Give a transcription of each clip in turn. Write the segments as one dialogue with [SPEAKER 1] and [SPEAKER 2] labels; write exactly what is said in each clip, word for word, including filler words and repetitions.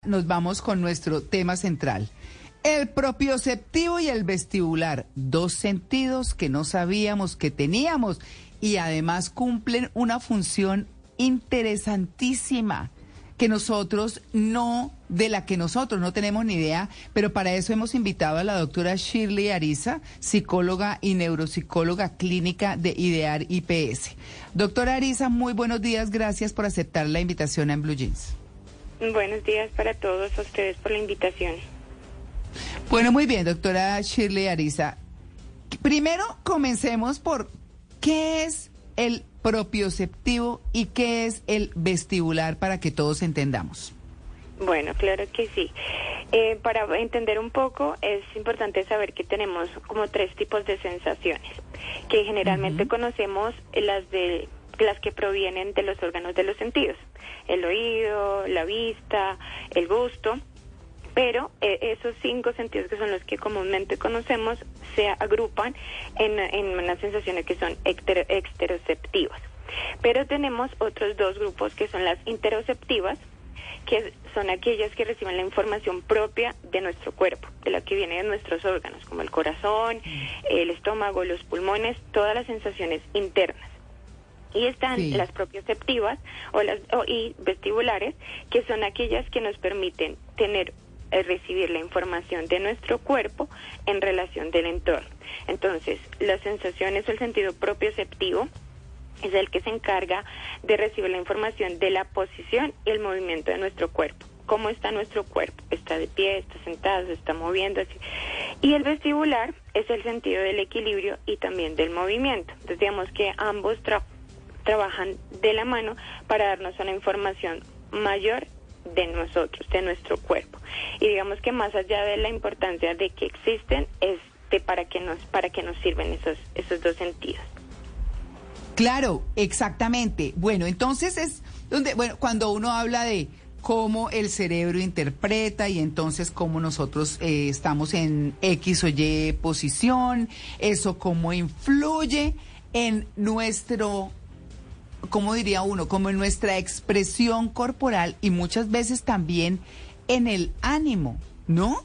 [SPEAKER 1] nos vamos con nuestro tema central. El propioceptivo y el vestibular, dos sentidos que no sabíamos que teníamos y además cumplen una función interesantísima que nosotros no, de la que nosotros no tenemos ni idea, pero para eso hemos invitado a la doctora Shirley Ariza, psicóloga y neuropsicóloga clínica de IDEAR I P S. Doctora Ariza, muy buenos días, gracias por aceptar la invitación a En Blue Jeans.
[SPEAKER 2] Buenos días para todos, a ustedes por la invitación.
[SPEAKER 1] Bueno, muy bien, doctora Shirley Ariza. Primero comencemos por qué es el propioceptivo y qué es el vestibular para que todos entendamos.
[SPEAKER 2] Bueno, claro que sí. Eh, para entender un poco es importante saber que tenemos como tres tipos de sensaciones, que generalmente uh-huh. conocemos las de las que provienen de los órganos de los sentidos, el oído, la vista, el gusto. Pero eh, esos cinco sentidos que son los que comúnmente conocemos se agrupan en, en unas sensaciones que son exter, exteroceptivas. Pero tenemos otros dos grupos que son las interoceptivas, que son aquellas que reciben la información propia de nuestro cuerpo, de la que viene de nuestros órganos, como el corazón, el estómago, los pulmones, todas las sensaciones internas. Y están sí. las propioceptivas o las, o, y vestibulares, que son aquellas que nos permiten tener recibir la información de nuestro cuerpo en relación del entorno. Entonces, las sensaciones o el sentido propioceptivo es el que se encarga de recibir la información de la posición y el movimiento de nuestro cuerpo. ¿Cómo está nuestro cuerpo? ¿Está de pie? ¿Está sentado? ¿Se está moviendo? Así. Y el vestibular es el sentido del equilibrio y también del movimiento. Entonces, digamos que ambos tra- trabajan de la mano para darnos una información mayor de nosotros, de nuestro cuerpo. Y digamos que más allá de la importancia de que existen, es de para qué nos, para qué nos sirven esos, esos dos sentidos.
[SPEAKER 1] Claro, exactamente. Bueno, entonces es donde, bueno, cuando uno habla de cómo el cerebro interpreta y entonces cómo nosotros eh, estamos en X o Y posición, eso cómo influye en nuestro, ¿cómo diría uno? Como en nuestra expresión corporal y muchas veces también en el ánimo, ¿no?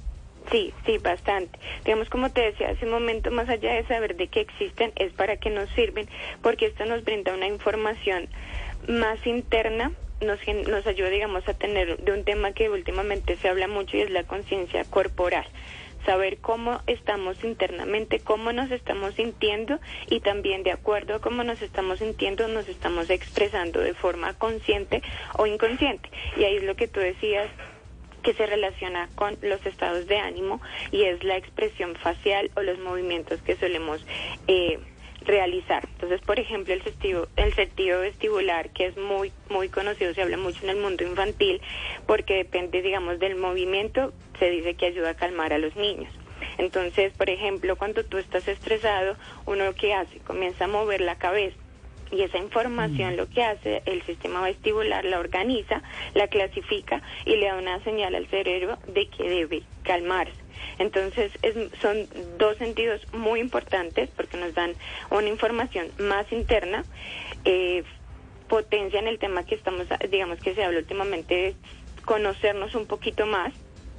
[SPEAKER 2] Sí, sí, bastante. Digamos, como te decía hace un momento, más allá de saber de qué existen, es para qué nos sirven, porque esto nos brinda una información más interna, nos, nos ayuda, digamos, a tener de un tema que últimamente se habla mucho y es la conciencia corporal. Saber cómo estamos internamente, cómo nos estamos sintiendo y también de acuerdo a cómo nos estamos sintiendo, nos estamos expresando de forma consciente o inconsciente. Y ahí es lo que tú decías, que se relaciona con los estados de ánimo y es la expresión facial o los movimientos que solemos eh, realizar. Entonces, por ejemplo, el sentido, el sentido vestibular, que es muy muy conocido, se habla mucho en el mundo infantil, porque depende, digamos, del movimiento, se dice que ayuda a calmar a los niños. Entonces, por ejemplo, cuando tú estás estresado, uno lo que hace, comienza a mover la cabeza. Y esa información mm. lo que hace, el sistema vestibular la organiza, la clasifica y le da una señal al cerebro de que debe calmarse. Entonces es, son dos sentidos muy importantes porque nos dan una información más interna, eh, potencian el tema que estamos, digamos que se habla últimamente de conocernos un poquito más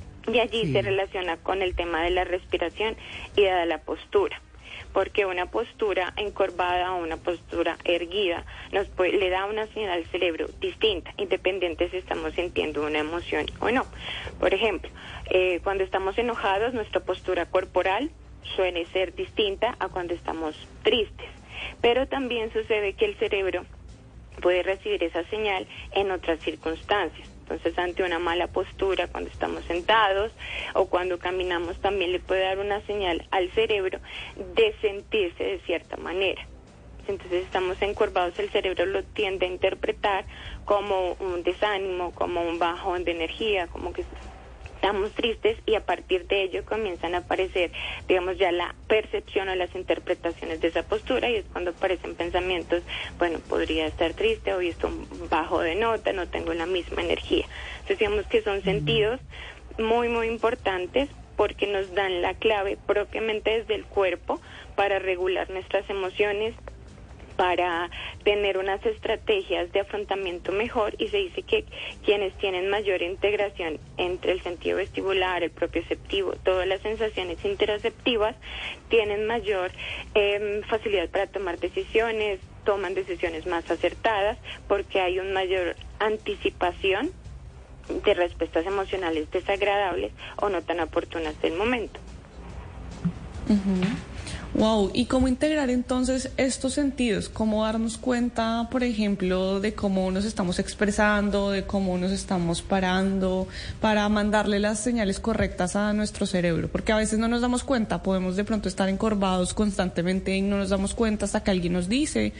[SPEAKER 2] y allí sí. se relaciona con el tema de la respiración y de la postura. Porque una postura encorvada o una postura erguida nos puede, le da una señal al cerebro distinta, independiente si estamos sintiendo una emoción o no. Por ejemplo, eh, cuando estamos enojados, nuestra postura corporal suele ser distinta a cuando estamos tristes. Pero también sucede que el cerebro puede recibir esa señal en otras circunstancias. Entonces, ante una mala postura, cuando estamos sentados o cuando caminamos, también le puede dar una señal al cerebro de sentirse de cierta manera. Entonces, estamos encorvados, el cerebro lo tiende a interpretar como un desánimo, como un bajón de energía, como que estamos tristes y a partir de ello comienzan a aparecer, digamos, ya la percepción o las interpretaciones de esa postura y es cuando aparecen pensamientos, bueno, podría estar triste, hoy estoy bajo de nota, no tengo la misma energía. Entonces, digamos que son sentidos muy, muy importantes porque nos dan la clave propiamente desde el cuerpo para regular nuestras emociones, para tener unas estrategias de afrontamiento mejor, y se dice que quienes tienen mayor integración entre el sentido vestibular, el propioceptivo, todas las sensaciones interoceptivas, tienen mayor eh, facilidad para tomar decisiones, toman decisiones más acertadas, porque hay una mayor anticipación de respuestas emocionales desagradables o no tan oportunas del momento.
[SPEAKER 3] Uh-huh. Wow, ¿y cómo integrar entonces estos sentidos? ¿Cómo darnos cuenta, por ejemplo, de cómo nos estamos expresando, de cómo nos estamos parando, para mandarle las señales correctas a nuestro cerebro? Porque a veces no nos damos cuenta, podemos de pronto estar encorvados constantemente y no nos damos cuenta hasta que alguien nos dice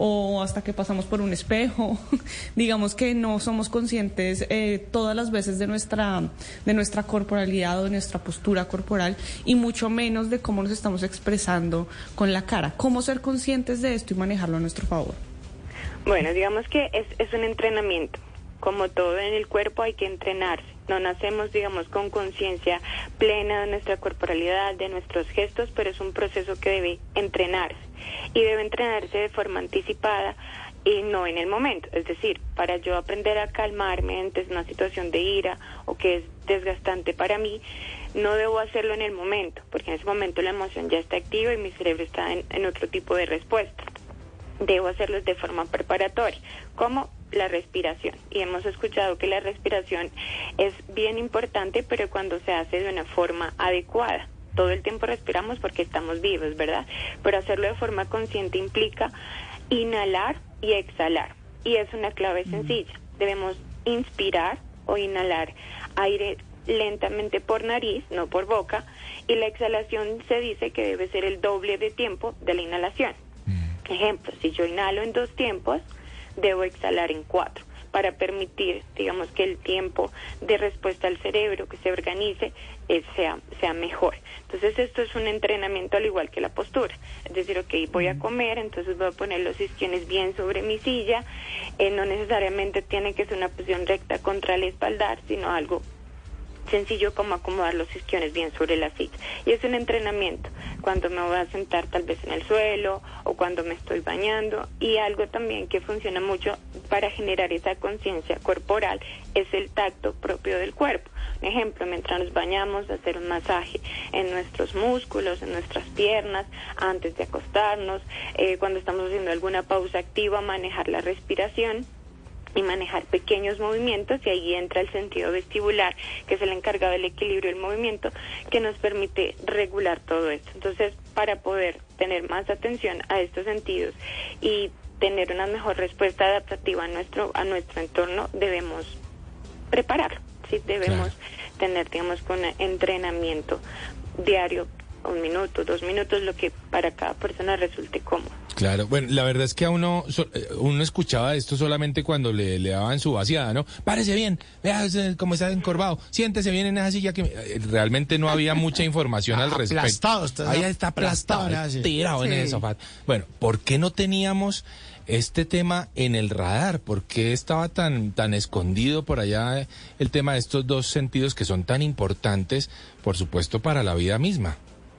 [SPEAKER 3] o hasta que pasamos por un espejo. Digamos que no somos conscientes eh, todas las veces de nuestra, de nuestra corporalidad o de nuestra postura corporal, y mucho menos de cómo nos estamos expresando con la cara. ¿Cómo ser conscientes de esto y manejarlo a nuestro favor?
[SPEAKER 2] Bueno, digamos que es, es un entrenamiento. Como todo en el cuerpo hay que entrenarse. No nacemos, digamos, con conciencia plena de nuestra corporalidad, de nuestros gestos, pero es un proceso que debe entrenarse. Y debe entrenarse de forma anticipada y no en el momento. Es decir, para yo aprender a calmarme ante una situación de ira o que es desgastante para mí, no debo hacerlo en el momento, porque en ese momento la emoción ya está activa y mi cerebro está en, en otro tipo de respuesta. Debo hacerlo de forma preparatoria, como la respiración. Y hemos escuchado que la respiración es bien importante, pero cuando se hace de una forma adecuada. Todo el tiempo respiramos porque estamos vivos, ¿verdad? Pero hacerlo de forma consciente implica inhalar y exhalar. Y es una clave sencilla. Debemos inspirar o inhalar aire lentamente por nariz, no por boca, y la exhalación se dice que debe ser el doble de tiempo de la inhalación. Mm. Ejemplo, si yo inhalo en dos tiempos, debo exhalar en cuatro, para permitir, digamos, que el tiempo de respuesta al cerebro, que se organice, eh, sea, sea mejor. Entonces esto es un entrenamiento al igual que la postura. Es decir, ok, voy a comer, entonces voy a poner los isquiones bien sobre mi silla. Eh, no necesariamente tiene que ser una posición recta contra el espaldar, sino algo sencillo como acomodar los isquiones bien sobre la silla. Y es un entrenamiento cuando me voy a sentar tal vez en el suelo o cuando me estoy bañando. Y algo también que funciona mucho para generar esa conciencia corporal es el tacto propio del cuerpo. Un ejemplo, mientras nos bañamos, hacer un masaje en nuestros músculos, en nuestras piernas, antes de acostarnos, eh, cuando estamos haciendo alguna pausa activa, manejar la respiración y manejar pequeños movimientos, y ahí entra el sentido vestibular, que es el encargado del equilibrio del movimiento, que nos permite regular todo esto. Entonces, para poder tener más atención a estos sentidos y tener una mejor respuesta adaptativa a nuestro a nuestro entorno, debemos prepararlo, ¿sí? Debemos claro. tener, digamos, con un entrenamiento diario, un minuto, dos minutos, lo que para cada persona resulte cómodo.
[SPEAKER 4] Claro, bueno, la verdad es que a uno uno escuchaba esto solamente cuando le, le daban su vaciada, ¿no? Párese bien, vea cómo está encorvado, siéntese bien en esa silla, que realmente no había mucha información al respecto.
[SPEAKER 5] Aplastado, está
[SPEAKER 4] ahí está aplastado, aplastado tirado sí. en el sofá. Bueno, ¿por qué no teníamos este tema en el radar? ¿Por qué estaba tan, tan escondido por allá el tema de estos dos sentidos que son tan importantes, por supuesto, para la vida misma?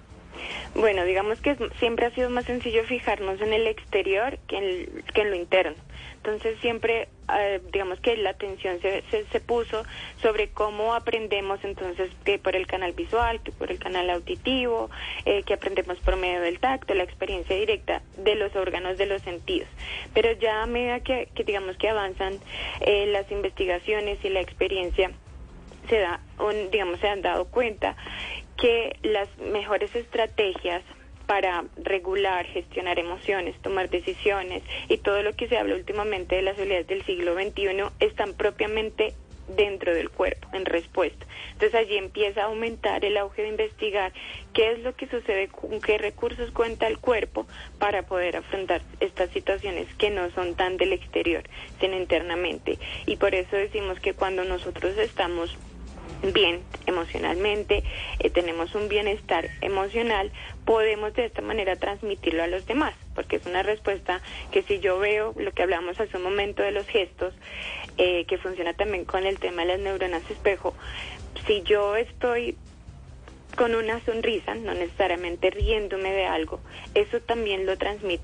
[SPEAKER 2] Bueno, digamos que siempre ha sido más sencillo fijarnos en el exterior que en, que en lo interno. Entonces siempre, eh, digamos que la atención se, se, se puso sobre cómo aprendemos, entonces, que por el canal visual, que por el canal auditivo, eh, que aprendemos por medio del tacto, la experiencia directa de los órganos de los sentidos. Pero ya a medida que, que digamos que avanzan eh, las investigaciones y la experiencia, se da, un, digamos, se han dado cuenta que las mejores estrategias para regular, gestionar emociones, tomar decisiones y todo lo que se habla últimamente de las habilidades del siglo veintiuno están propiamente dentro del cuerpo, en respuesta. Entonces allí empieza a aumentar el auge de investigar qué es lo que sucede, con qué recursos cuenta el cuerpo para poder afrontar estas situaciones que no son tan del exterior, sino internamente. Y por eso decimos que cuando nosotros estamos bien emocionalmente, eh, tenemos un bienestar emocional, podemos de esta manera transmitirlo a los demás, porque es una respuesta que si yo veo lo que hablamos hace un momento de los gestos, eh, que funciona también con el tema de las neuronas espejo, si yo estoy con una sonrisa, no necesariamente riéndome de algo, eso también lo transmito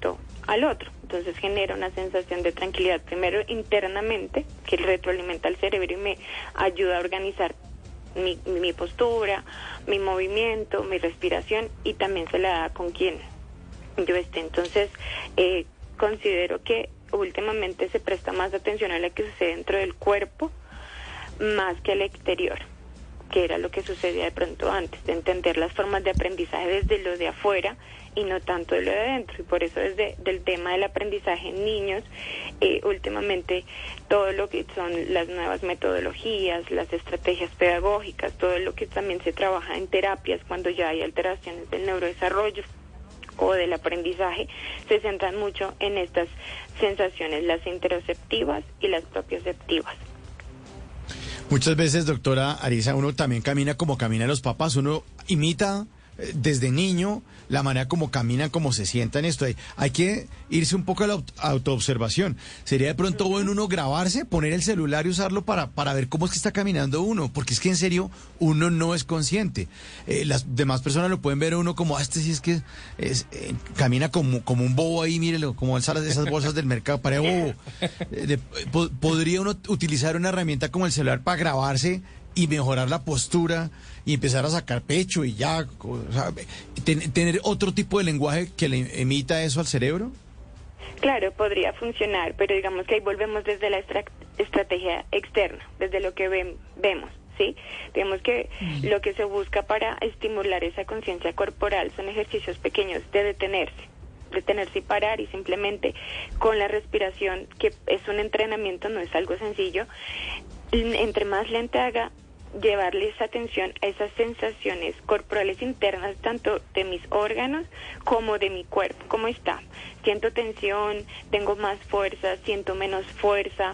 [SPEAKER 2] al otro. Entonces genera una sensación de tranquilidad, primero internamente, que retroalimenta al cerebro y me ayuda a organizar mi, mi postura, mi movimiento, mi respiración, y también se la da con quien yo esté. Entonces, eh, considero que últimamente se presta más atención a lo que sucede dentro del cuerpo más que al exterior, que era lo que sucedía de pronto antes, de entender las formas de aprendizaje desde lo de afuera y no tanto de lo de adentro. Y por eso desde el tema del aprendizaje en niños, eh, últimamente todo lo que son las nuevas metodologías, las estrategias pedagógicas, todo lo que también se trabaja en terapias cuando ya hay alteraciones del neurodesarrollo o del aprendizaje, se centran mucho en estas sensaciones, las interoceptivas y las propioceptivas.
[SPEAKER 5] Muchas veces, doctora Arisa, uno también camina como caminan los papás, uno imita eh, desde niño la manera como caminan, como se sientan esto. Hay, hay que irse un poco a la aut- autoobservación. Sería de pronto uh-huh. bueno uno grabarse, poner el celular y usarlo para, para ver cómo es que está caminando uno, porque es que en serio uno no es consciente. Eh, las demás personas lo pueden ver a uno como, ah, este sí es que es, eh, camina como, como un bobo ahí, mírelo, como esas, esas bolsas del mercado, para bobo. Eh, de, po- ¿Podría uno utilizar una herramienta como el celular para grabarse y mejorar la postura y empezar a sacar pecho y ya, o sea, ten, tener otro tipo de lenguaje que le emita eso al cerebro?
[SPEAKER 2] Claro, podría funcionar, pero digamos que ahí volvemos desde la estra- estrategia externa, desde lo que ve- vemos, ¿sí? Digamos que mm. lo que se busca para estimular esa conciencia corporal son ejercicios pequeños de detenerse, detenerse y parar, y simplemente con la respiración, que es un entrenamiento, no es algo sencillo, entre más lenta haga, llevarle esa atención a esas sensaciones corporales internas, tanto de mis órganos como de mi cuerpo. ¿Cómo está? Siento tensión, tengo más fuerza, siento menos fuerza,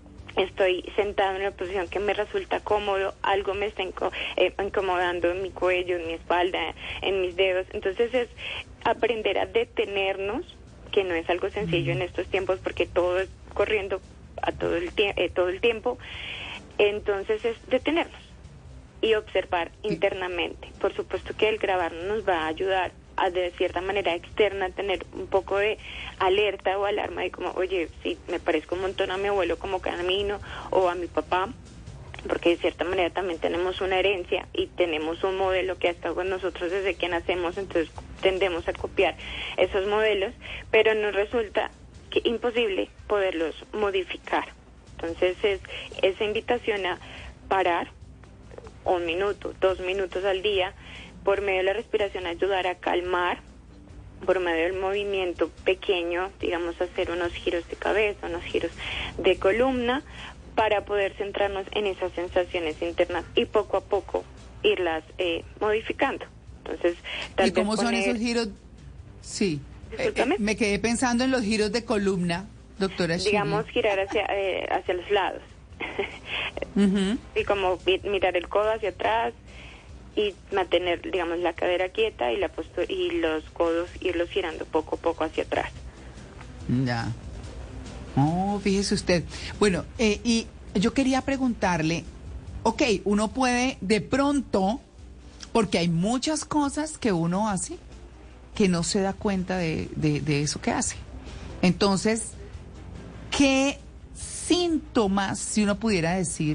[SPEAKER 2] estoy sentado en una posición que me resulta cómodo, algo me está inco- eh, incomodando en mi cuello, en mi espalda, en mis dedos. Entonces es aprender a detenernos, que no es algo sencillo en estos tiempos porque todo es corriendo a todo el, tie- eh, todo el tiempo. Entonces es detenernos y observar internamente. Por supuesto que el grabarnos nos va a ayudar a, de cierta manera externa, tener un poco de alerta o alarma de como, oye, sí, me parezco un montón a mi abuelo como camino, o a mi papá, porque de cierta manera también tenemos una herencia y tenemos un modelo que ha estado con nosotros desde que nacemos, entonces tendemos a copiar esos modelos, pero nos resulta que imposible poderlos modificar. Entonces es esa invitación a parar un minuto, dos minutos al día, por medio de la respiración ayudar a calmar, por medio del movimiento pequeño, digamos hacer unos giros de cabeza, unos giros de columna, para poder centrarnos en esas sensaciones internas y poco a poco irlas eh, modificando. Entonces, tal
[SPEAKER 1] ¿Y cómo
[SPEAKER 2] vez
[SPEAKER 1] son
[SPEAKER 2] poner...
[SPEAKER 1] esos giros? Sí, eh, eh, me quedé pensando en los giros de columna, doctora Shirley.
[SPEAKER 2] Digamos, girar hacia, eh, hacia los lados. Uh-huh. Y como mirar el codo hacia atrás y mantener, digamos, la cadera quieta y la postura, y los codos irlos girando poco a poco hacia atrás.
[SPEAKER 1] Ya. Oh, fíjese usted. Bueno, eh, y yo quería preguntarle, ok, uno puede de pronto, porque hay muchas cosas que uno hace que no se da cuenta de, de, de eso que hace. Entonces, ¿qué síntomas, si uno pudiera decir,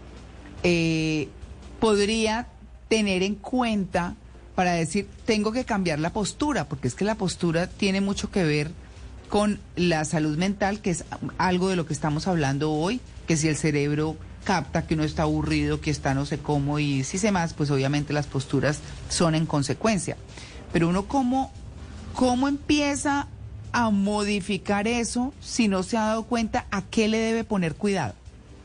[SPEAKER 1] eh, podría tener en cuenta para decir, tengo que cambiar la postura? Porque es que la postura tiene mucho que ver con la salud mental, que es algo de lo que estamos hablando hoy, que si el cerebro capta que uno está aburrido, que está no sé cómo y si se más, pues obviamente las posturas son en consecuencia. Pero uno cómo, cómo empieza a modificar eso si no se ha dado cuenta, ¿a qué le debe poner cuidado?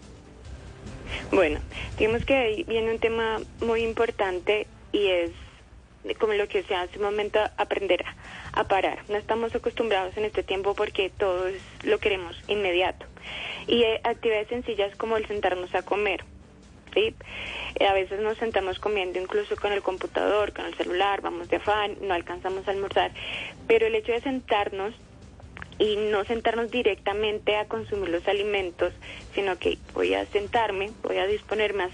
[SPEAKER 2] Bueno, digamos que ahí viene un tema muy importante y es como lo que se hace un momento, aprender a, a parar. No estamos acostumbrados en este tiempo porque todo es, lo queremos inmediato. Y eh, actividades sencillas como el sentarnos a comer, ¿sí? Eh, a veces nos sentamos comiendo incluso con el computador, con el celular, vamos de afán, no alcanzamos a almorzar. Pero el hecho de sentarnos y no sentarnos directamente a consumir los alimentos, sino que voy a sentarme, voy a disponerme a hacer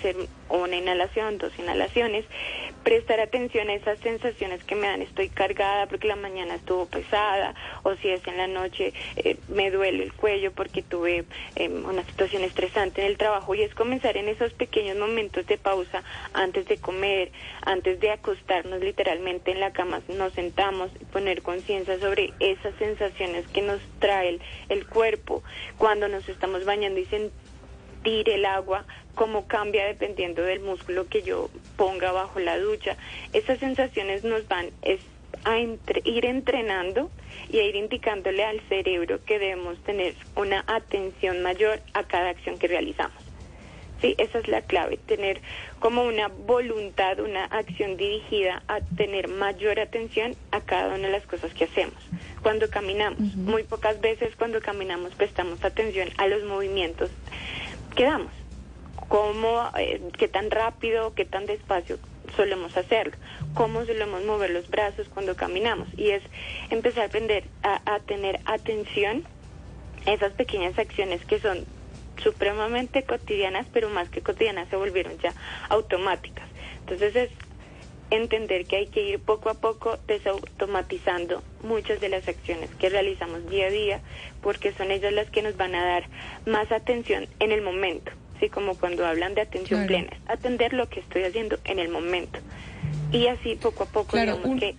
[SPEAKER 2] una inhalación, dos inhalaciones, prestar atención a esas sensaciones que me dan, estoy cargada porque la mañana estuvo pesada, o si es en la noche eh, me duele el cuello porque tuve eh, una situación estresante en el trabajo, y es comenzar en esos pequeños momentos de pausa antes de comer, antes de acostarnos literalmente en la cama, nos sentamos y poner conciencia sobre esas sensaciones que nos trae el, el cuerpo cuando nos estamos bañando y sentir el agua, cómo cambia dependiendo del músculo que yo ponga bajo la ducha. Esas sensaciones nos van es, a entre, ir entrenando y a ir indicándole al cerebro que debemos tener una atención mayor a cada acción que realizamos. Sí, esa es la clave, tener como una voluntad, una acción dirigida a tener mayor atención a cada una de las cosas que hacemos. Cuando caminamos, uh-huh. muy pocas veces cuando caminamos prestamos atención a los movimientos que damos. Cómo, eh, qué tan rápido, qué tan despacio solemos hacerlo, cómo solemos mover los brazos cuando caminamos, y es empezar a aprender a, a tener atención a esas pequeñas acciones que son supremamente cotidianas, pero más que cotidianas se volvieron ya automáticas. Entonces es entender que hay que ir poco a poco desautomatizando muchas de las acciones que realizamos día a día, porque son ellas las que nos van a dar más atención en el momento. Sí, como cuando hablan de atención
[SPEAKER 3] claro.
[SPEAKER 2] plena, atender lo que estoy haciendo en el momento. Y así poco a poco,
[SPEAKER 3] claro,
[SPEAKER 2] digamos
[SPEAKER 3] un...
[SPEAKER 2] que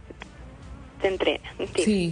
[SPEAKER 2] se entrena. ¿Sí?
[SPEAKER 3] sí.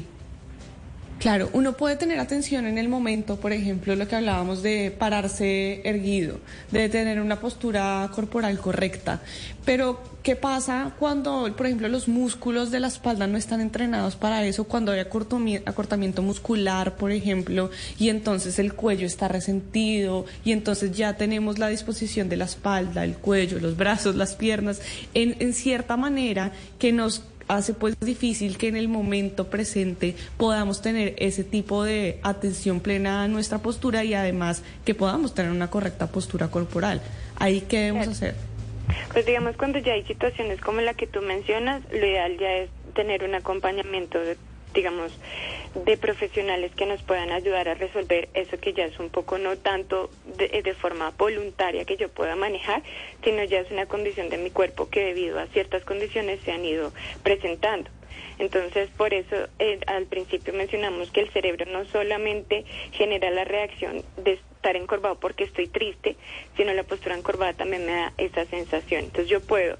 [SPEAKER 3] Claro, uno puede tener atención en el momento, por ejemplo, lo que hablábamos de pararse erguido, de tener una postura corporal correcta, pero ¿qué pasa cuando, por ejemplo, los músculos de la espalda no están entrenados para eso, cuando hay acortamiento muscular, por ejemplo, y entonces el cuello está resentido, y entonces ya tenemos la disposición de la espalda, el cuello, los brazos, las piernas, en, en cierta manera que nos hace pues difícil que en el momento presente podamos tener ese tipo de atención plena a nuestra postura y además que podamos tener una correcta postura corporal. ¿Ahí qué debemos
[SPEAKER 2] claro.
[SPEAKER 3] hacer?
[SPEAKER 2] Pues digamos, cuando ya hay situaciones como la que tú mencionas, lo ideal ya es tener un acompañamiento, de, digamos, de profesionales que nos puedan ayudar a resolver eso que ya es un poco no tanto de, de forma voluntaria que yo pueda manejar, sino ya es una condición de mi cuerpo que debido a ciertas condiciones se han ido presentando. Entonces, por eso eh, al principio mencionamos que el cerebro no solamente genera la reacción de estar encorvado porque estoy triste, sino la postura encorvada también me da esa sensación. Entonces yo puedo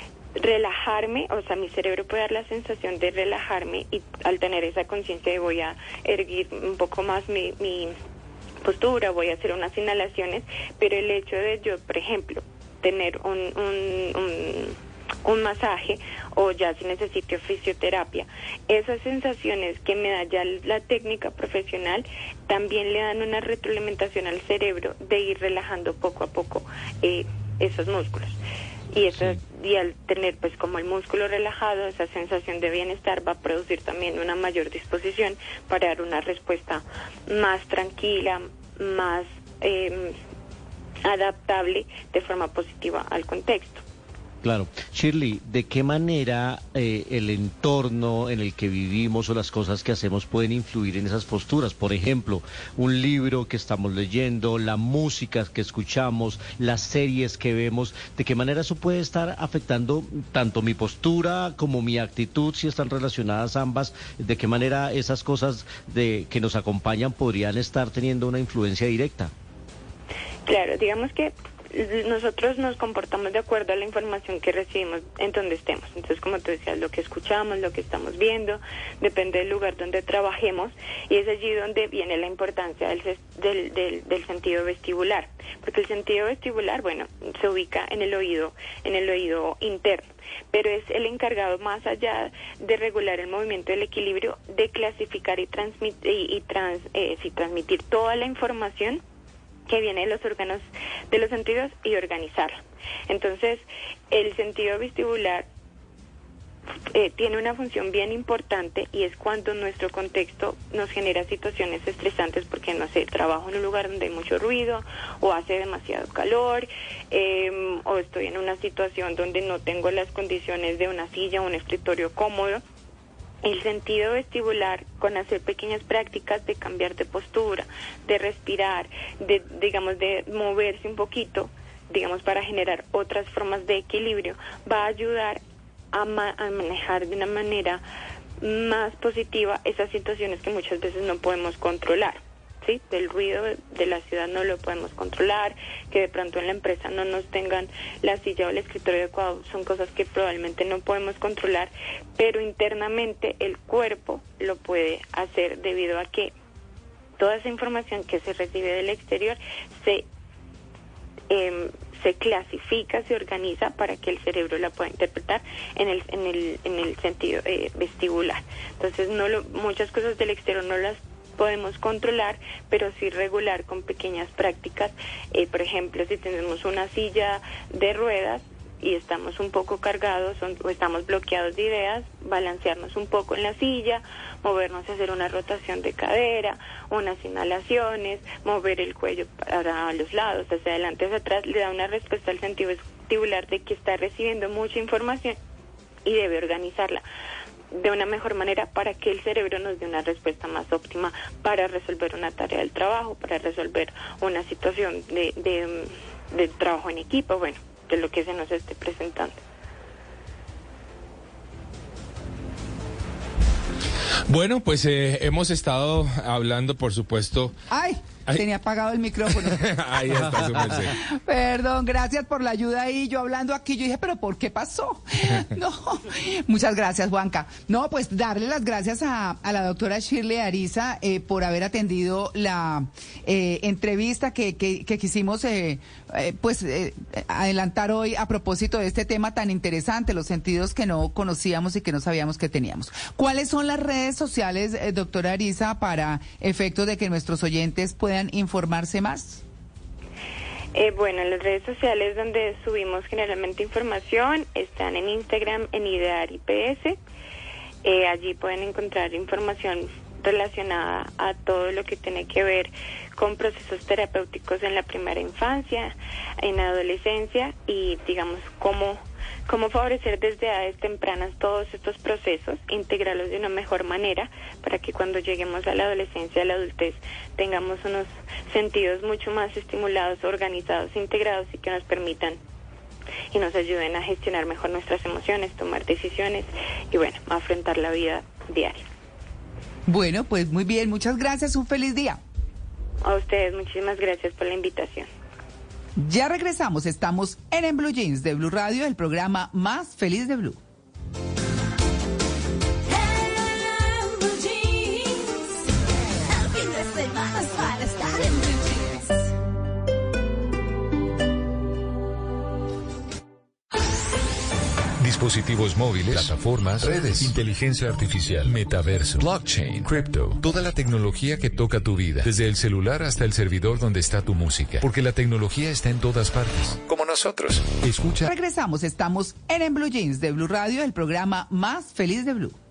[SPEAKER 2] relajarme, o sea, mi cerebro puede dar la sensación de relajarme y al tener esa conciencia voy a erguir un poco más mi, mi postura, voy a hacer unas inhalaciones, pero el hecho de yo, por ejemplo, tener un, un, un un masaje o ya si necesito fisioterapia, esas sensaciones que me da ya la técnica profesional también le dan una retroalimentación al cerebro de ir relajando poco a poco eh, esos músculos. Y eso, sí. y al tener pues como el músculo relajado, esa sensación de bienestar va a producir también una mayor disposición para dar una respuesta más tranquila, más eh, adaptable de forma positiva al contexto.
[SPEAKER 6] Claro. Shirley, ¿de qué manera eh, el entorno en el que vivimos o las cosas que hacemos pueden influir en esas posturas? Por ejemplo, un libro que estamos leyendo, la música que escuchamos, las series que vemos, ¿de qué manera eso puede estar afectando tanto mi postura como mi actitud, si están relacionadas ambas? ¿De qué manera esas cosas de que nos acompañan podrían estar teniendo una influencia directa?
[SPEAKER 2] Claro, digamos que nosotros nos comportamos de acuerdo a la información que recibimos en donde estemos. Entonces, como tú decías, lo que escuchamos, lo que estamos viendo, depende del lugar donde trabajemos, y es allí donde viene la importancia del, del, del, del sentido vestibular, porque el sentido vestibular, bueno, se ubica en el oído, en el oído interno, pero es el encargado, más allá de regular el movimiento del equilibrio, de clasificar y transmitir, y, y trans, eh, sí, transmitir toda la información que viene de los órganos de los sentidos y organizarla. Entonces, el sentido vestibular eh, tiene una función bien importante, y es cuando nuestro contexto nos genera situaciones estresantes, porque, no sé, trabajo en un lugar donde hay mucho ruido, o hace demasiado calor, eh, o estoy en una situación donde no tengo las condiciones de una silla o un escritorio cómodo. El sentido vestibular, con hacer pequeñas prácticas de cambiar de postura, de respirar, de, digamos, de moverse un poquito, digamos, para generar otras formas de equilibrio, va a ayudar a, ma- a manejar de una manera más positiva esas situaciones que muchas veces no podemos controlar. ¿Sí? Del ruido de la ciudad no lo podemos controlar, que de pronto en la empresa no nos tengan la silla o el escritorio adecuado, son cosas que probablemente no podemos controlar, pero internamente el cuerpo lo puede hacer debido a que toda esa información que se recibe del exterior se eh, se clasifica, se organiza para que el cerebro la pueda interpretar en el en el en el sentido eh, vestibular. Entonces no lo, muchas cosas del exterior no las podemos controlar, pero sí regular con pequeñas prácticas. Eh, por ejemplo, si tenemos una silla de ruedas y estamos un poco cargados o estamos bloqueados de ideas, balancearnos un poco en la silla, movernos a hacer una rotación de cadera, unas inhalaciones, mover el cuello para los lados, hacia adelante, hacia atrás, le da una respuesta al sentido vestibular de que está recibiendo mucha información y debe organizarla de una mejor manera para que el cerebro nos dé una respuesta más óptima para resolver una tarea del trabajo, para resolver una situación de, de, de trabajo en equipo, bueno, de lo que se nos esté presentando.
[SPEAKER 4] Bueno, pues eh, hemos estado hablando, por supuesto.
[SPEAKER 1] ¡Ay! Ay. Tenía apagado el micrófono.
[SPEAKER 4] Ahí está su merced.
[SPEAKER 1] Perdón, gracias por la ayuda ahí. Yo hablando aquí, yo dije, ¿pero por qué pasó? No, muchas gracias, Juanca. No, pues darle las gracias a, a la doctora Shirley Ariza eh, por haber atendido la eh, entrevista que, que, que quisimos eh, eh, pues eh, adelantar hoy a propósito de este tema tan interesante, los sentidos que no conocíamos y que no sabíamos que teníamos. ¿Cuáles son las redes sociales, eh, doctora Ariza, para efectos de que nuestros oyentes puedan informarse más?
[SPEAKER 2] Eh, bueno, las redes sociales donde subimos generalmente información están en Instagram, en Idear I P S. Eh, allí pueden encontrar información relacionada a todo lo que tiene que ver con procesos terapéuticos en la primera infancia, en la adolescencia y, digamos, cómo cómo favorecer desde edades tempranas todos estos procesos, integrarlos de una mejor manera para que cuando lleguemos a la adolescencia, a la adultez, tengamos unos sentidos mucho más estimulados, organizados, integrados y que nos permitan y nos ayuden a gestionar mejor nuestras emociones, tomar decisiones y, bueno, afrontar la vida diaria.
[SPEAKER 1] Bueno, pues muy bien, muchas gracias, un feliz día.
[SPEAKER 2] A ustedes, muchísimas gracias por la invitación.
[SPEAKER 1] Ya regresamos, estamos en En Blue Jeans de Blue Radio, el programa más feliz de Blue.
[SPEAKER 7] Dispositivos móviles, plataformas, redes, inteligencia artificial, metaverso, blockchain, cripto, toda la tecnología que toca tu vida, desde el celular hasta el servidor donde está tu música, porque la tecnología está en todas partes, como nosotros. Escucha.
[SPEAKER 1] Regresamos, estamos en En Blue Jeans de Blue Radio, el programa más feliz de Blue.